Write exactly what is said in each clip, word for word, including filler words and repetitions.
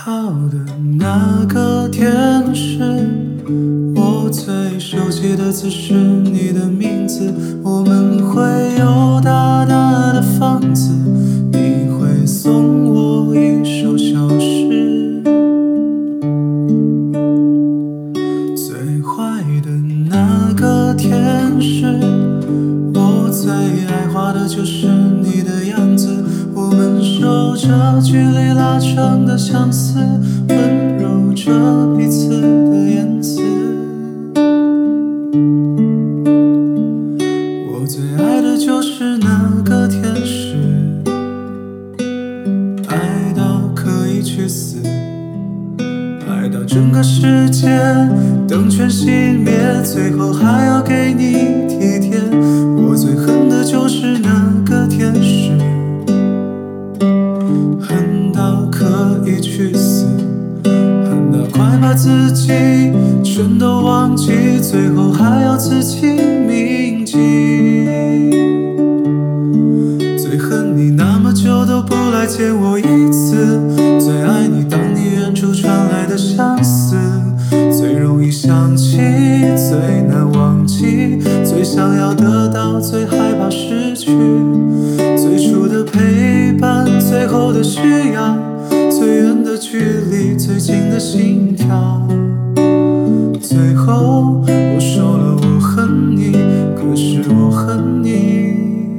好的那个天使，我最熟悉的字是你的名字。我们会有大大的房子，你会送我一首小诗。最坏的那个天使，我最爱画的就是你的样子。我们守着距离拉长的相思，温柔着彼此的言辞。我最爱的就是那个天使，爱到可以去死，爱到整个世界灯全熄灭，最后还要给你体贴。我最恨的就是那个天使，恨到可以去死，恨到快把自己全都忘记，最后还要自己铭记。最恨你那么久都不来见我一次，最爱你当你远处传来的相思，最容易想起，最难忘记，最想要得到，最害怕失去。最初的陪伴，最后的需要，最远的距离，最近的心跳。最后我说了我恨你，可是我恨你，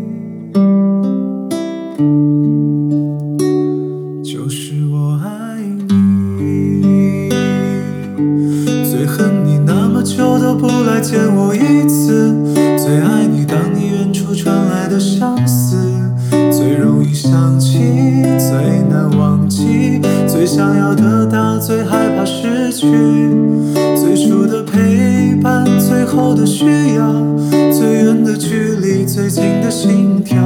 就是我爱你。最恨你那么久都不来见我一次，最爱你当你远处传来的相思，最容易想起，最难忘记，最想要得到，最害怕失去。最初的陪伴，最后的需要，最远的距离，最近的心跳。